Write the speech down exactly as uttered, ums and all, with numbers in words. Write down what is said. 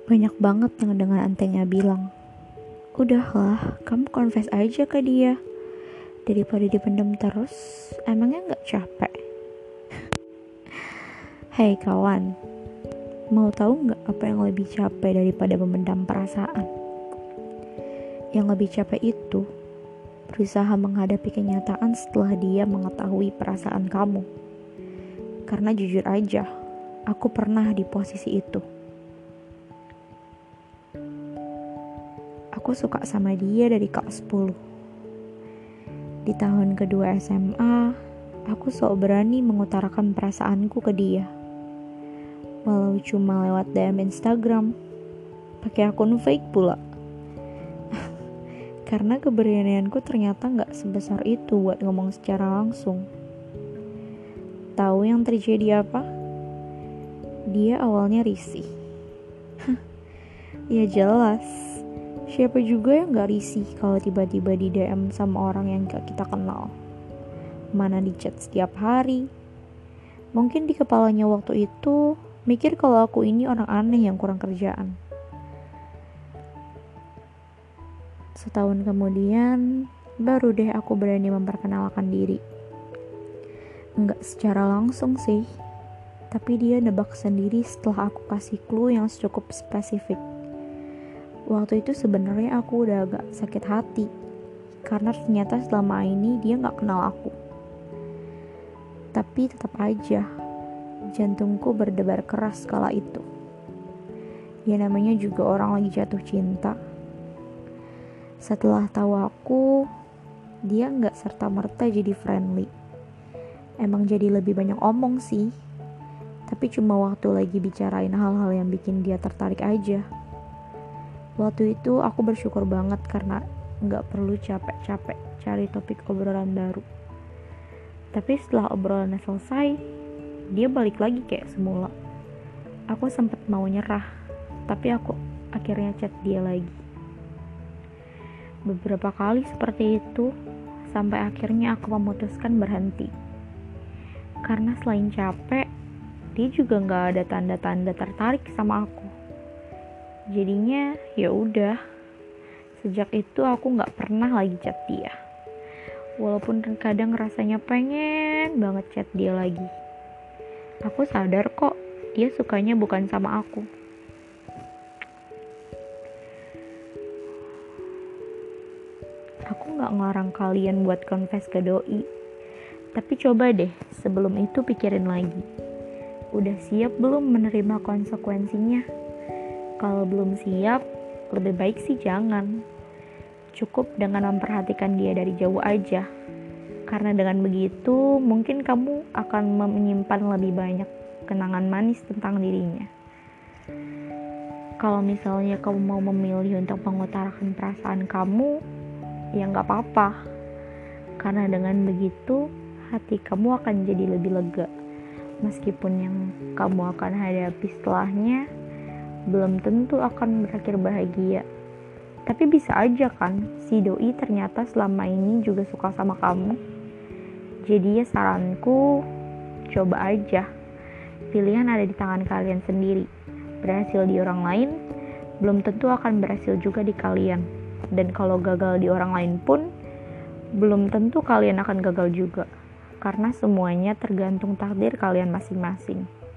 Banyak banget yang dengan entengnya bilang, udahlah, kamu confess aja ke dia. Daripada dipendam terus, emangnya gak capek? Hei kawan, mau tahu gak apa yang lebih capek daripada memendam perasaan? Yang lebih capek itu berusaha menghadapi kenyataan setelah dia mengetahui perasaan kamu. Karena jujur aja, aku pernah di posisi itu. Aku suka sama dia dari kelas sepuluh. Di tahun kedua S M A, aku sok berani mengutarakan perasaanku ke dia. Walau cuma lewat D M Instagram, pakai akun fake pula. Karena keberanianku ternyata gak sebesar itu buat ngomong secara langsung. Tahu yang terjadi apa? Dia awalnya risih. Ya jelas, siapa juga yang gak risih kalau tiba-tiba di D M sama orang yang gak kita kenal. Mana di chat setiap hari. Mungkin di kepalanya waktu itu mikir kalau aku ini orang aneh yang kurang kerjaan. Setahun kemudian, baru deh aku berani memperkenalkan diri. Enggak secara langsung sih, tapi dia nebak sendiri setelah aku kasih clue yang cukup spesifik. Waktu itu sebenarnya aku udah agak sakit hati, karena ternyata selama ini dia gak kenal aku. Tapi tetap aja, jantungku berdebar keras kala itu. Ya namanya juga orang lagi jatuh cinta. Setelah tahu aku, dia gak serta-merta jadi friendly. Emang jadi lebih banyak omong sih, tapi cuma waktu lagi bicarain hal-hal yang bikin dia tertarik aja. Waktu itu aku bersyukur banget karena gak perlu capek-capek cari topik obrolan baru. Tapi setelah obrolannya selesai, dia balik lagi kayak semula. Aku sempat mau nyerah, tapi aku akhirnya chat dia lagi. Beberapa kali seperti itu, sampai akhirnya aku memutuskan berhenti. Karena selain capek, dia juga gak ada tanda-tanda tertarik sama aku. Jadinya ya udah, sejak itu aku nggak pernah lagi chat dia. Walaupun kadang rasanya pengen banget chat dia lagi. Aku sadar kok dia sukanya bukan sama aku. Aku nggak ngelarang kalian buat confess ke doi, tapi coba deh sebelum itu pikirin lagi. Udah siap belum menerima konsekuensinya? Kalau belum siap, lebih baik sih jangan. Cukup dengan memperhatikan dia dari jauh aja. Karena dengan begitu, mungkin kamu akan menyimpan lebih banyak kenangan manis tentang dirinya. Kalau misalnya kamu mau memilih untuk mengutarakan perasaan kamu, ya gak apa-apa. Karena dengan begitu, hati kamu akan jadi lebih lega. Meskipun yang kamu akan hadapi setelahnya belum tentu akan berakhir bahagia. Tapi bisa aja kan si doi ternyata selama ini juga suka sama kamu. Jadi ya saranku, coba aja. Pilihan ada di tangan kalian sendiri. Berhasil di orang lain belum tentu akan berhasil juga di kalian. Dan kalau gagal di orang lain pun belum tentu kalian akan gagal juga. Karena semuanya tergantung takdir kalian masing-masing.